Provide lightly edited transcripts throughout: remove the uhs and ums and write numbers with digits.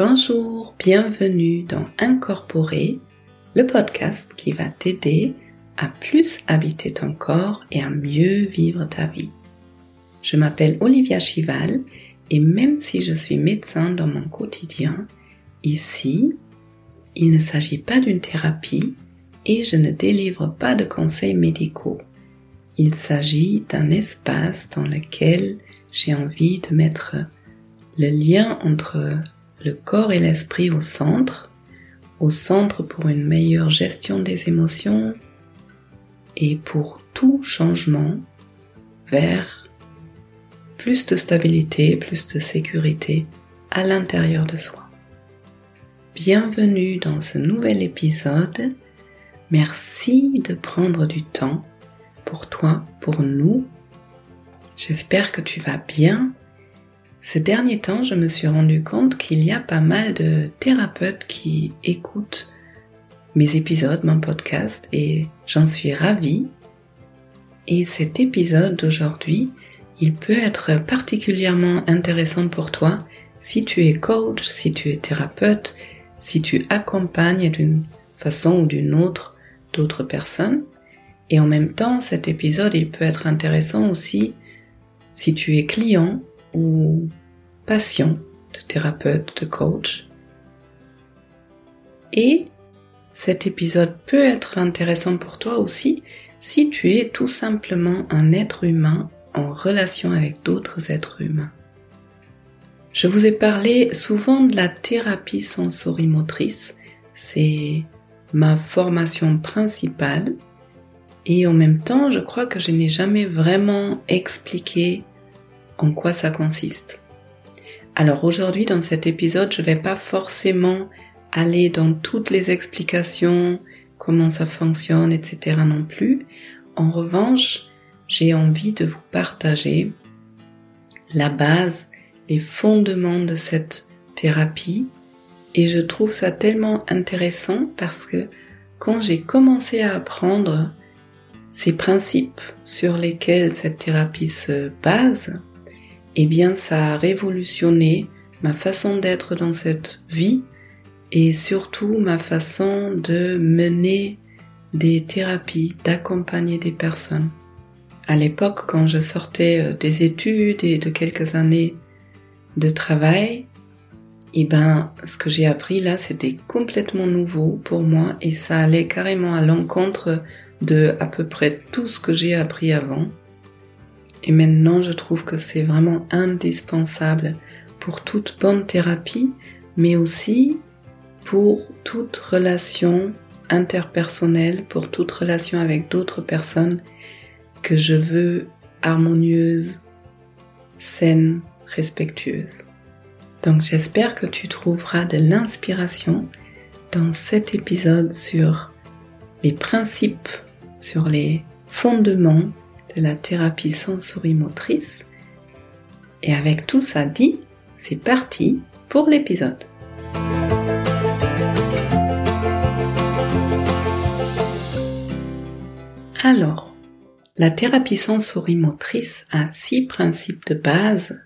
Bonjour, bienvenue dans Incorporer, le podcast qui va t'aider à plus habiter ton corps et à mieux vivre ta vie. Je m'appelle Olivia Chival et même si je suis médecin dans mon quotidien, ici, il ne s'agit pas d'une thérapie et je ne délivre pas de conseils médicaux. Il s'agit d'un espace dans lequel j'ai envie de mettre le lien entre le corps et l'esprit au centre pour une meilleure gestion des émotions et pour tout changement vers plus de stabilité, plus de sécurité à l'intérieur de soi. Bienvenue dans ce nouvel épisode. Merci de prendre du temps pour toi, pour nous. J'espère que tu vas bien. Ces derniers temps, je me suis rendu compte qu'il y a pas mal de thérapeutes qui écoutent mes épisodes, mon podcast, et j'en suis ravie. Et cet épisode d'aujourd'hui, il peut être particulièrement intéressant pour toi si tu es coach, si tu es thérapeute, si tu accompagnes d'une façon ou d'une autre d'autres personnes. Et en même temps, cet épisode, il peut être intéressant aussi si tu es client ou patient de thérapeute, de coach. Et cet épisode peut être intéressant pour toi aussi si tu es tout simplement un être humain en relation avec d'autres êtres humains. Je vous ai parlé souvent de la thérapie sensorimotrice, c'est ma formation principale et en même temps je crois que je n'ai jamais vraiment expliqué en quoi ça consiste. Alors aujourd'hui dans cet épisode je ne vais pas forcément aller dans toutes les explications, comment ça fonctionne, etc. non plus. En revanche, j'ai envie de vous partager la base, les fondements de cette thérapie et je trouve ça tellement intéressant parce que quand j'ai commencé à apprendre ces principes sur lesquels cette thérapie se base, eh bien ça a révolutionné ma façon d'être dans cette vie et surtout ma façon de mener des thérapies, d'accompagner des personnes. À l'époque, quand je sortais des études et de quelques années de travail, eh ben, ce que j'ai appris là, c'était complètement nouveau pour moi et ça allait carrément à l'encontre de à peu près tout ce que j'ai appris avant. Et maintenant, je trouve que c'est vraiment indispensable pour toute bonne thérapie, mais aussi pour toute relation interpersonnelle, pour toute relation avec d'autres personnes que je veux harmonieuse, saine, respectueuse. Donc j'espère que tu trouveras de l'inspiration dans cet épisode sur les principes, sur les fondements de la thérapie sensorimotrice. Et avec tout ça dit, c'est parti pour l'épisode. Alors, la thérapie sensorimotrice a 6 principes de base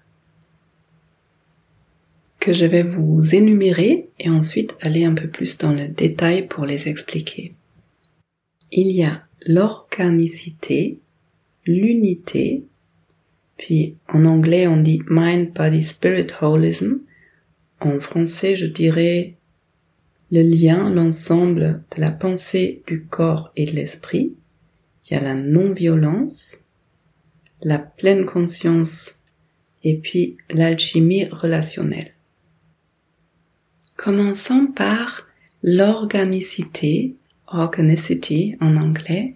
que je vais vous énumérer et ensuite aller un peu plus dans le détail pour les expliquer. Il y a l'organicité, l'unité, puis en anglais on dit Mind, Body, Spirit Holism. En français je dirais le lien, l'ensemble de la pensée, du corps et de l'esprit. Il y a la non-violence, la pleine conscience et puis l'alchimie relationnelle. Commençons par l'organicité, organicity en anglais.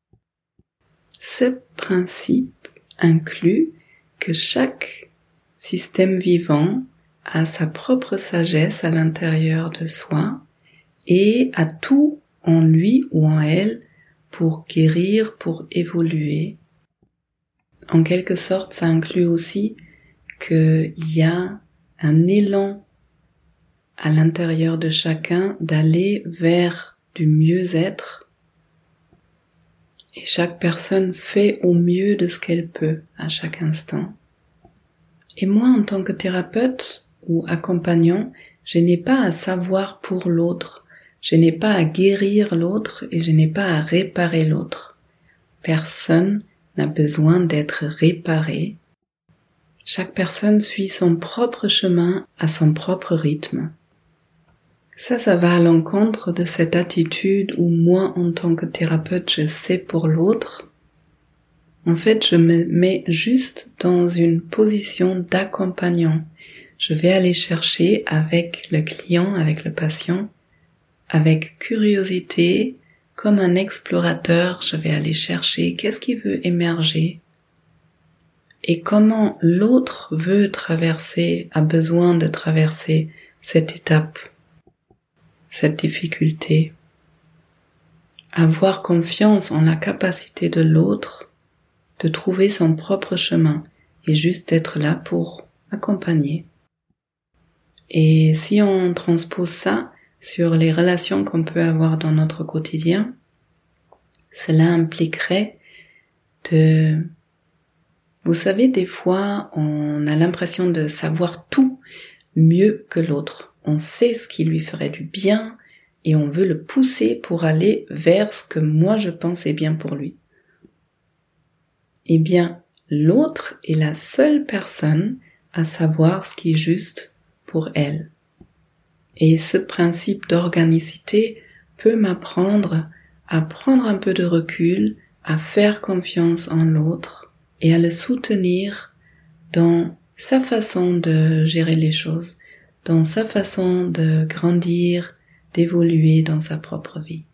Ce principe inclut que chaque système vivant a sa propre sagesse à l'intérieur de soi et a tout en lui ou en elle pour guérir, pour évoluer. En quelque sorte, ça inclut aussi qu'il y a un élan à l'intérieur de chacun d'aller vers du mieux-être. Et chaque personne fait au mieux de ce qu'elle peut à chaque instant. Et moi, en tant que thérapeute ou accompagnant, Je n'ai pas à savoir pour l'autre, je n'ai pas à guérir l'autre et je n'ai pas à réparer l'autre. Personne n'a besoin d'être réparé. Chaque personne suit son propre chemin à son propre rythme. Ça va à l'encontre de cette attitude où moi, en tant que thérapeute, je sais pour l'autre. En fait, je me mets juste dans une position d'accompagnant. Je vais aller chercher avec le client, avec le patient, avec curiosité, comme un explorateur, je vais aller chercher qu'est-ce qui veut émerger et comment l'autre veut traverser, a besoin de traverser cette étape, cette difficulté. Avoir confiance en la capacité de l'autre de trouver son propre chemin et juste être là pour accompagner. Et si on transpose ça sur les relations qu'on peut avoir dans notre quotidien, cela impliquerait vous savez, des fois, on a l'impression de savoir tout mieux que l'autre. On sait ce qui lui ferait du bien et on veut le pousser pour aller vers ce que moi je pense est bien pour lui. Eh bien, l'autre est la seule personne à savoir ce qui est juste pour elle. Et ce principe d'organicité peut m'apprendre à prendre un peu de recul, à faire confiance en l'autre et à le soutenir dans sa façon de gérer les choses, dans sa façon de grandir, d'évoluer dans sa propre vie.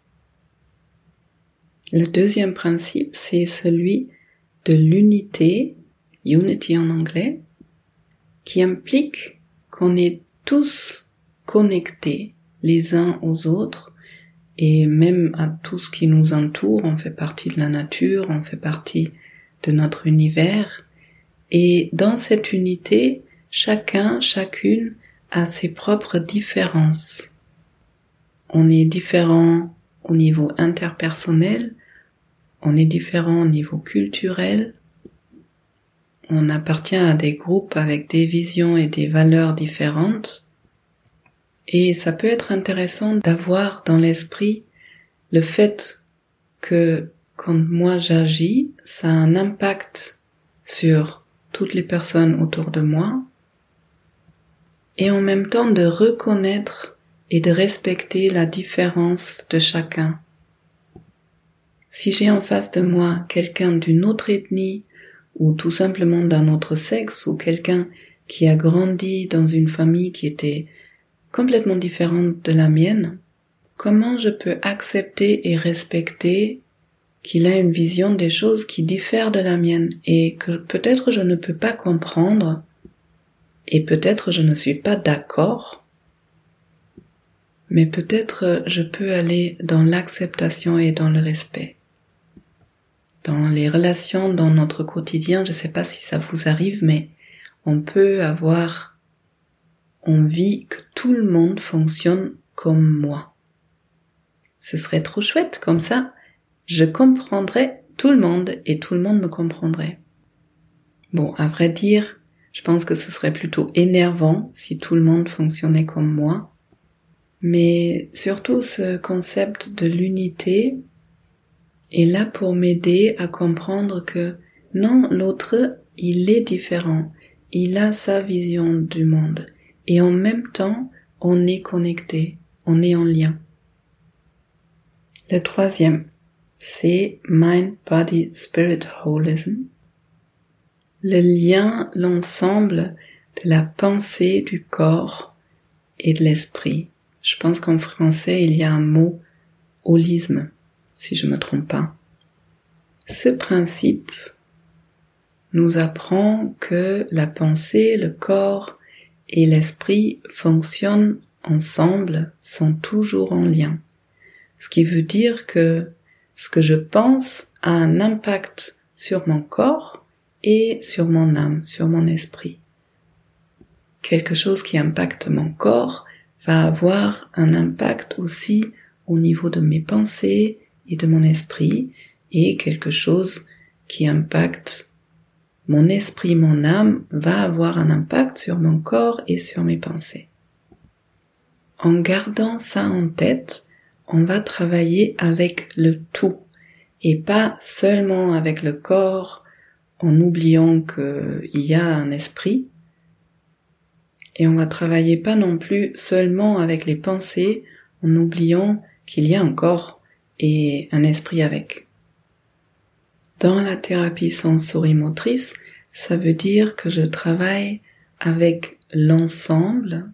Le deuxième principe, c'est celui de l'unité, unity en anglais, qui implique qu'on est tous connectés les uns aux autres et même à tout ce qui nous entoure. On fait partie de la nature, on fait partie de notre univers et dans cette unité, chacun, chacune a ses propres différences. On est différent au niveau interpersonnel, on est différent au niveau culturel, on appartient à des groupes avec des visions et des valeurs différentes. Et ça peut être intéressant d'avoir dans l'esprit le fait que quand moi j'agis, ça a un impact sur toutes les personnes autour de moi et en même temps de reconnaître et de respecter la différence de chacun. Si j'ai en face de moi quelqu'un d'une autre ethnie ou tout simplement d'un autre sexe ou quelqu'un qui a grandi dans une famille qui était complètement différente de la mienne, comment je peux accepter et respecter qu'il a une vision des choses qui diffère de la mienne et que peut-être je ne peux pas comprendre et peut-être je ne suis pas d'accord, mais peut-être je peux aller dans l'acceptation et dans le respect. Dans les relations, dans notre quotidien, je ne sais pas si ça vous arrive, mais on peut avoir envie que tout le monde fonctionne comme moi. Ce serait trop chouette, comme ça, je comprendrais tout le monde et tout le monde me comprendrait. Bon, à vrai dire, je pense que ce serait plutôt énervant si tout le monde fonctionnait comme moi. Mais surtout ce concept de l'unité est là pour m'aider à comprendre que non, l'autre, il est différent. Il a sa vision du monde. Et en même temps, on est connecté, on est en lien. Le troisième, c'est Mind, Body, Spirit Holism. Le lien, l'ensemble de la pensée, du corps et de l'esprit. Je pense qu'en français, il y a un mot holisme, si je ne me trompe pas. Ce principe nous apprend que la pensée, le corps et l'esprit fonctionnent ensemble, sont toujours en lien. Ce qui veut dire que ce que je pense a un impact sur mon corps et sur mon âme, sur mon esprit. Quelque chose qui impacte mon corps va avoir un impact aussi au niveau de mes pensées et de mon esprit, et quelque chose qui impacte mon esprit, mon âme, va avoir un impact sur mon corps et sur mes pensées. En gardant ça en tête, on va travailler avec le tout et pas seulement avec le corps en oubliant qu'il y a un esprit. Et on va travailler pas non plus seulement avec les pensées en oubliant qu'il y a un corps et un esprit avec. Dans la thérapie sensorimotrice, ça veut dire que je travaille avec l'ensemble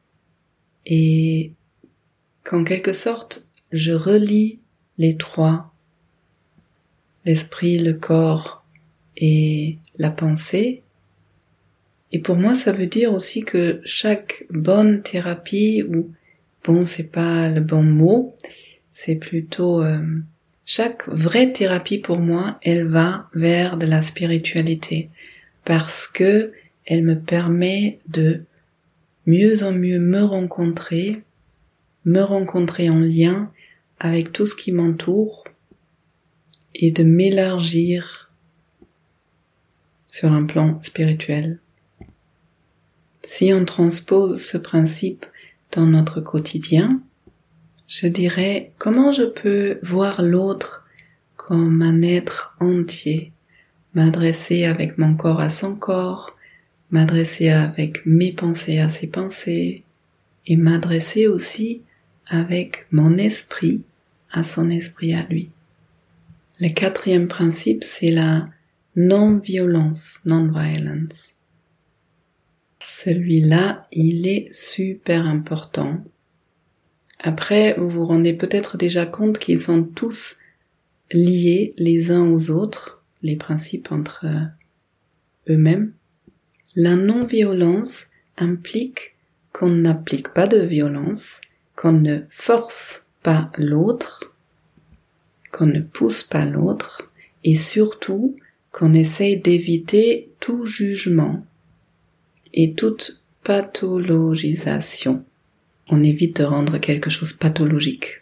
et qu'en quelque sorte, je relie les trois, l'esprit, le corps et la pensée. Et pour moi, ça veut dire aussi que chaque bonne thérapie, ou bon, c'est pas le bon mot, c'est plutôt chaque vraie thérapie pour moi, elle va vers de la spiritualité parce que elle me permet de mieux en mieux me rencontrer en lien avec tout ce qui m'entoure et de m'élargir sur un plan spirituel. Si on transpose ce principe dans notre quotidien, je dirais comment je peux voir l'autre comme un être entier, m'adresser avec mon corps à son corps, m'adresser avec mes pensées à ses pensées et m'adresser aussi avec mon esprit à son esprit à lui. Le quatrième principe, c'est la non-violence, non-violence. Celui-là, il est super important. Après, vous vous rendez peut-être déjà compte qu'ils sont tous liés les uns aux autres, les principes entre eux-mêmes. La non-violence implique qu'on n'applique pas de violence, qu'on ne force pas l'autre, qu'on ne pousse pas l'autre, et surtout qu'on essaye d'éviter tout jugement et toute pathologisation. On évite de rendre quelque chose pathologique.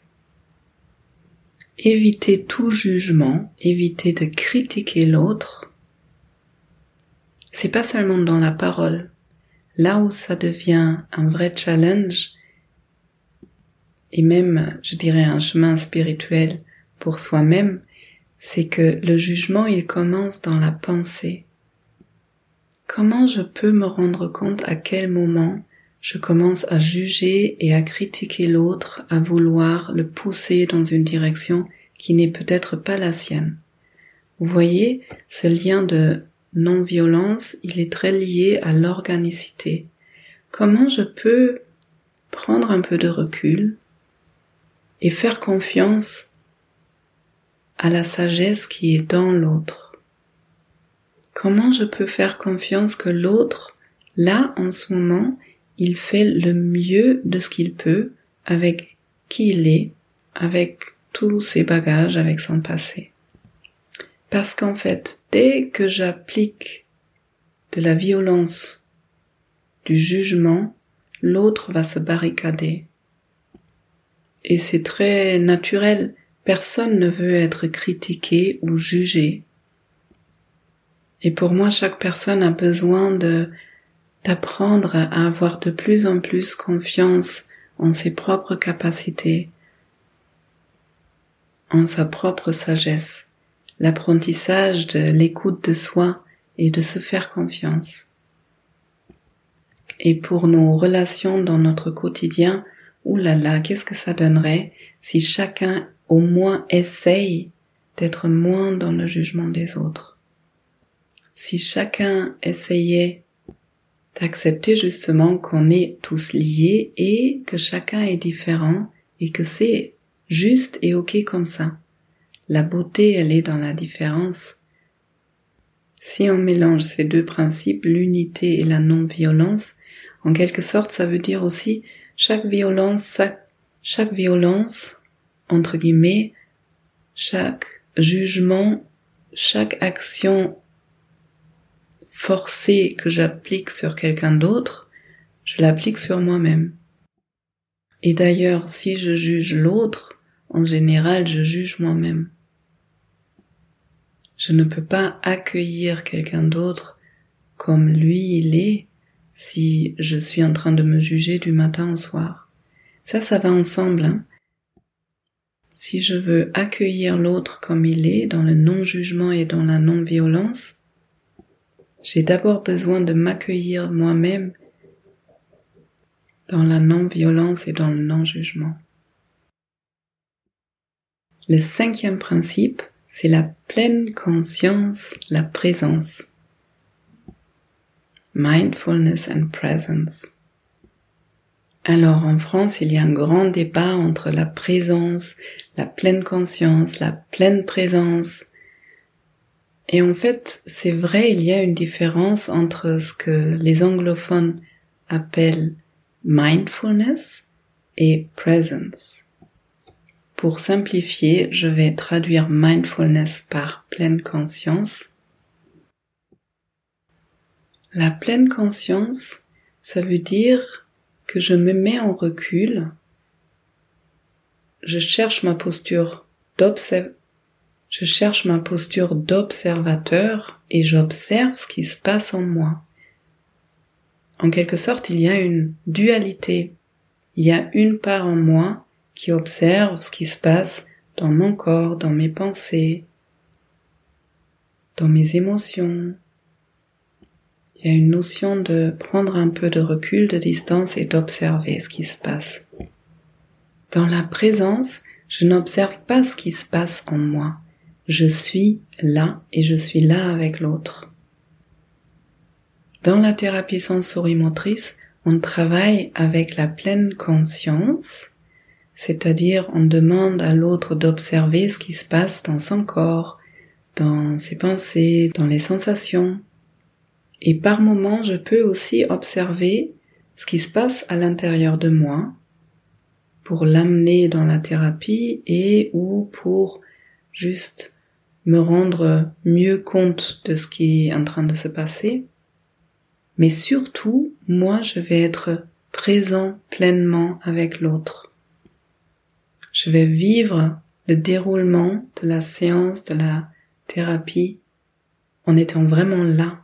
Éviter tout jugement, éviter de critiquer l'autre, c'est pas seulement dans la parole. Là où ça devient un vrai challenge, et même, je dirais, un chemin spirituel pour soi-même, c'est que le jugement, il commence dans la pensée. Comment je peux me rendre compte à quel moment je commence à juger et à critiquer l'autre, à vouloir le pousser dans une direction qui n'est peut-être pas la sienne? Vous voyez, ce lien de non-violence, il est très lié à l'organicité. Comment je peux prendre un peu de recul et faire confiance à la sagesse qui est dans l'autre? Comment je peux faire confiance que l'autre, là, en ce moment, il fait le mieux de ce qu'il peut avec qui il est, avec tous ses bagages, avec son passé? Parce qu'en fait, dès que j'applique de la violence, du jugement, l'autre va se barricader. Et c'est très naturel, personne ne veut être critiqué ou jugé. Et pour moi, chaque personne a besoin d'apprendre à avoir de plus en plus confiance en ses propres capacités, en sa propre sagesse, l'apprentissage de l'écoute de soi et de se faire confiance. Et pour nos relations dans notre quotidien, oulala, qu'est-ce que ça donnerait si chacun au moins essaye d'être moins dans le jugement des autres? Si chacun essayait d'accepter justement qu'on est tous liés et que chacun est différent et que c'est juste et ok comme ça. La beauté, elle est dans la différence. Si on mélange ces deux principes, l'unité et la non-violence, en quelque sorte, ça veut dire aussi chaque violence, entre guillemets, chaque jugement, chaque action forcée que j'applique sur quelqu'un d'autre, je l'applique sur moi-même. Et d'ailleurs, si je juge l'autre, en général, je juge moi-même. Je ne peux pas accueillir quelqu'un d'autre comme lui il est si je suis en train de me juger du matin au soir. Ça va ensemble, hein. Si je veux accueillir l'autre comme il est, dans le non-jugement et dans la non-violence, j'ai d'abord besoin de m'accueillir moi-même dans la non-violence et dans le non-jugement. Le 5e principe, c'est la pleine conscience, la présence. Mindfulness and presence. Alors en France, il y a un grand débat entre la présence, la pleine conscience, la pleine présence. Et en fait, c'est vrai, il y a une différence entre ce que les anglophones appellent mindfulness et presence. Pour simplifier, je vais traduire mindfulness par pleine conscience. La pleine conscience, ça veut dire que je me mets en recul, je cherche ma posture d'observateur et j'observe ce qui se passe en moi. En quelque sorte, il y a une dualité. Il y a une part en moi qui observe ce qui se passe dans mon corps, dans mes pensées, dans mes émotions. Il y a une notion de prendre un peu de recul, de distance et d'observer ce qui se passe. Dans la présence, je n'observe pas ce qui se passe en moi. Je suis là et je suis là avec l'autre. Dans la thérapie sensorimotrice, on travaille avec la pleine conscience, c'est-à-dire on demande à l'autre d'observer ce qui se passe dans son corps, dans ses pensées, dans les sensations. Et par moments, je peux aussi observer ce qui se passe à l'intérieur de moi pour l'amener dans la thérapie et ou pour juste me rendre mieux compte de ce qui est en train de se passer. Mais surtout, moi, je vais être présent pleinement avec l'autre. Je vais vivre le déroulement de la séance, de la thérapie, en étant vraiment là,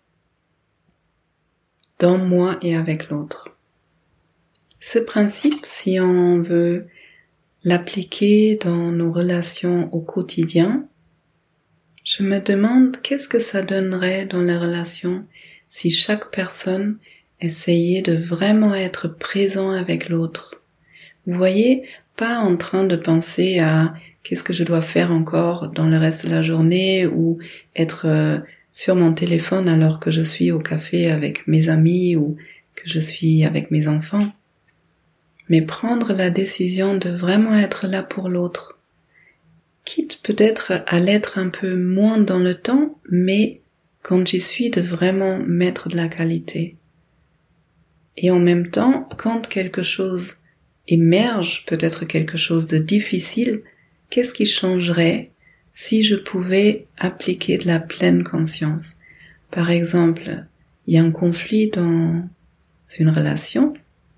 dans moi et avec l'autre. Ce principe, si on veut l'appliquer dans nos relations au quotidien, je me demande qu'est-ce que ça donnerait dans les relations si chaque personne essayait de vraiment être présent avec l'autre. Vous voyez, pas en train de penser à qu'est-ce que je dois faire encore dans le reste de la journée ou être sur mon téléphone alors que je suis au café avec mes amis ou que je suis avec mes enfants. Mais prendre la décision de vraiment être là pour l'autre. Quitte peut-être à l'être un peu moins dans le temps, mais quand j'y suis de vraiment mettre de la qualité. Et en même temps, quand quelque chose émerge, peut-être quelque chose de difficile, qu'est-ce qui changerait si je pouvais appliquer de la pleine conscience? Par exemple, il y a un conflit dans une relation.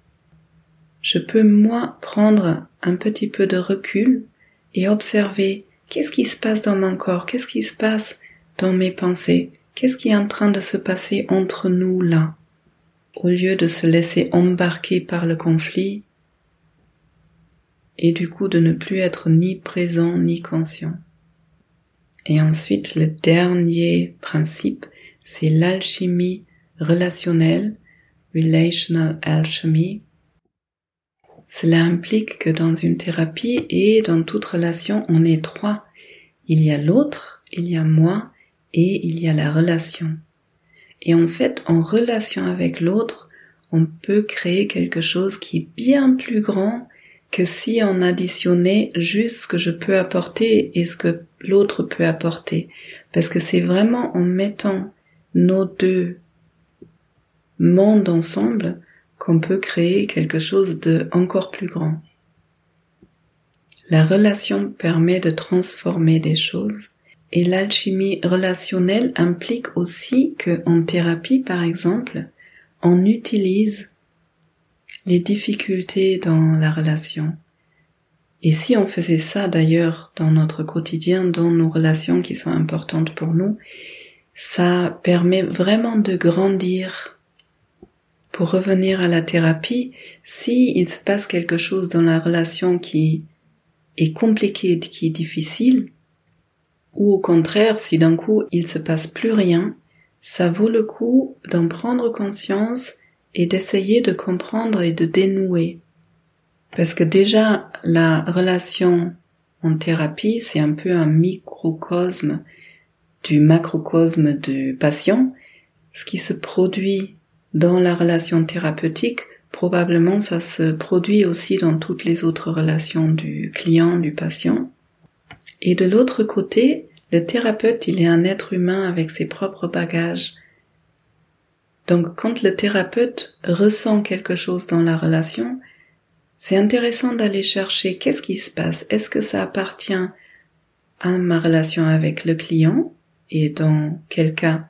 Je peux, moi, prendre un petit peu de recul et observer qu'est-ce qui se passe dans mon corps, qu'est-ce qui se passe dans mes pensées, qu'est-ce qui est en train de se passer entre nous là, au lieu de se laisser embarquer par le conflit et du coup de ne plus être ni présent ni conscient. Et ensuite, le dernier principe, c'est l'alchimie relationnelle, relational alchemy. Cela implique que dans une thérapie et dans toute relation, on est trois. Il y a l'autre, il y a moi et il y a la relation. Et en fait, en relation avec l'autre, on peut créer quelque chose qui est bien plus grand que si on additionnait juste ce que je peux apporter et ce que l'autre peut apporter. Parce que c'est vraiment en mettant nos deux mondes ensemble qu'on peut créer quelque chose de encore plus grand. La relation permet de transformer des choses et l'alchimie relationnelle implique aussi qu'en thérapie, par exemple, on utilise les difficultés dans la relation. Et si on faisait ça d'ailleurs dans notre quotidien, dans nos relations qui sont importantes pour nous, ça permet vraiment de grandir Pour revenir à la thérapie, si il se passe quelque chose dans la relation qui est compliqué, qui est difficile, ou au contraire, si d'un coup il se passe plus rien, ça vaut le coup d'en prendre conscience et d'essayer de comprendre et de dénouer. Parce que déjà, la relation en thérapie, c'est un peu un microcosme du macrocosme du patient. Ce qui se produit dans la relation thérapeutique, probablement ça se produit aussi dans toutes les autres relations du client, du patient. Et de l'autre côté, le thérapeute, il est un être humain avec ses propres bagages. Donc quand le thérapeute ressent quelque chose dans la relation, c'est intéressant d'aller chercher qu'est-ce qui se passe. Est-ce que ça appartient à ma relation avec le client? Et dans quel cas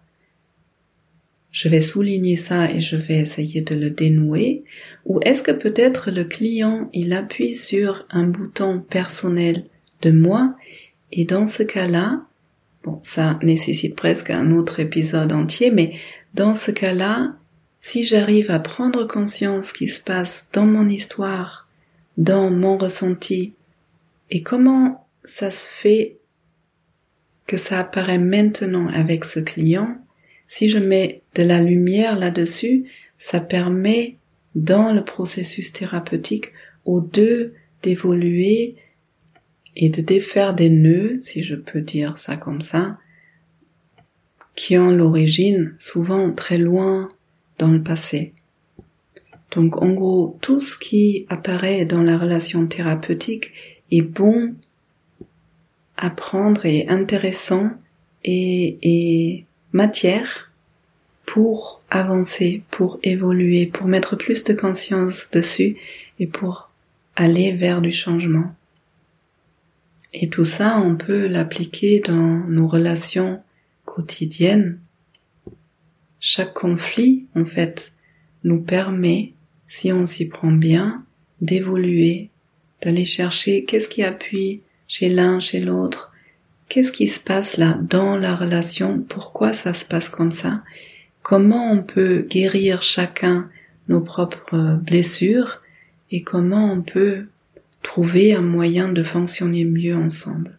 je vais souligner ça et je vais essayer de le dénouer? Ou est-ce que peut-être le client, il appuie sur un bouton personnel de moi et dans ce cas-là, bon, ça nécessite presque un autre épisode entier, mais dans ce cas-là, si j'arrive à prendre conscience ce qui se passe dans mon histoire, dans mon ressenti, et comment ça se fait que ça apparaît maintenant avec ce client, si je mets de la lumière là-dessus, ça permet dans le processus thérapeutique aux deux d'évoluer et de défaire des nœuds, si je peux dire ça comme ça, qui ont l'origine souvent très loin dans le passé. Donc en gros, tout ce qui apparaît dans la relation thérapeutique est bon à prendre et intéressant et matière pour avancer, pour évoluer, pour mettre plus de conscience dessus et pour aller vers du changement. Et tout ça, on peut l'appliquer dans nos relations quotidiennes. Chaque conflit, en fait, nous permet, si on s'y prend bien, d'évoluer, d'aller chercher qu'est-ce qui appuie chez l'un, chez l'autre, qu'est-ce qui se passe là dans la relation, pourquoi ça se passe comme ça, comment on peut guérir chacun nos propres blessures et comment on peut trouver un moyen de fonctionner mieux ensemble.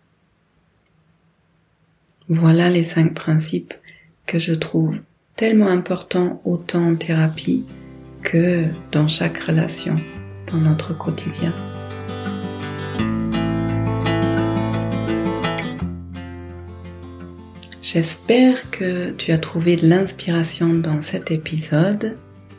Voilà les 5 principes que je trouve tellement importants autant en thérapie que dans chaque relation, dans notre quotidien. J'espère que tu as trouvé de l'inspiration dans cet épisode.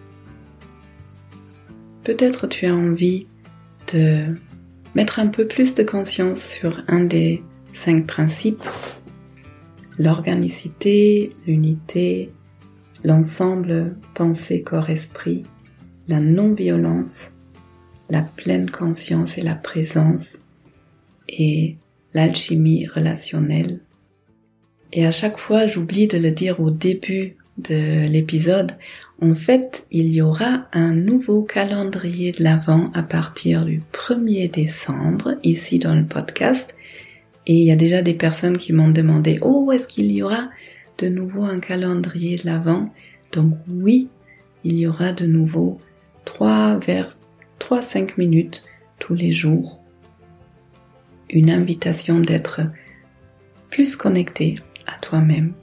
Peut-être tu as envie de mettre un peu plus de conscience sur un des 5 principes, l'organicité, l'unité, l'ensemble pensée, corps, esprit, la non-violence, la pleine conscience et la présence et l'alchimie relationnelle. Et à chaque fois, j'oublie de le dire au début de l'épisode, en fait, il y aura un nouveau calendrier de l'Avent à partir du 1er décembre, ici dans le podcast. Et il y a déjà des personnes qui m'ont demandé « Oh, est-ce qu'il y aura de nouveau un calendrier de l'Avent ?» Donc oui, il y aura de nouveau 3-5 minutes tous les jours. Une invitation d'être plus connecté à toi-même.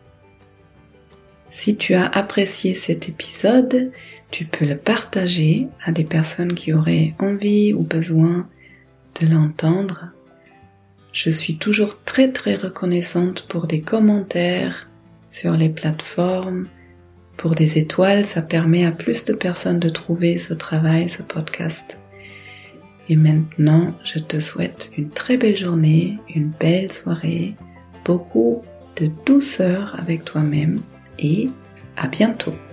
Si tu as apprécié cet épisode, tu peux le partager à des personnes qui auraient envie ou besoin de l'entendre. Je suis toujours très très reconnaissante pour des commentaires sur les plateformes, pour des étoiles, ça permet à plus de personnes de trouver ce travail, ce podcast. Et maintenant, je te souhaite une très belle journée, une belle soirée, beaucoup de douceur avec toi-même et à bientôt.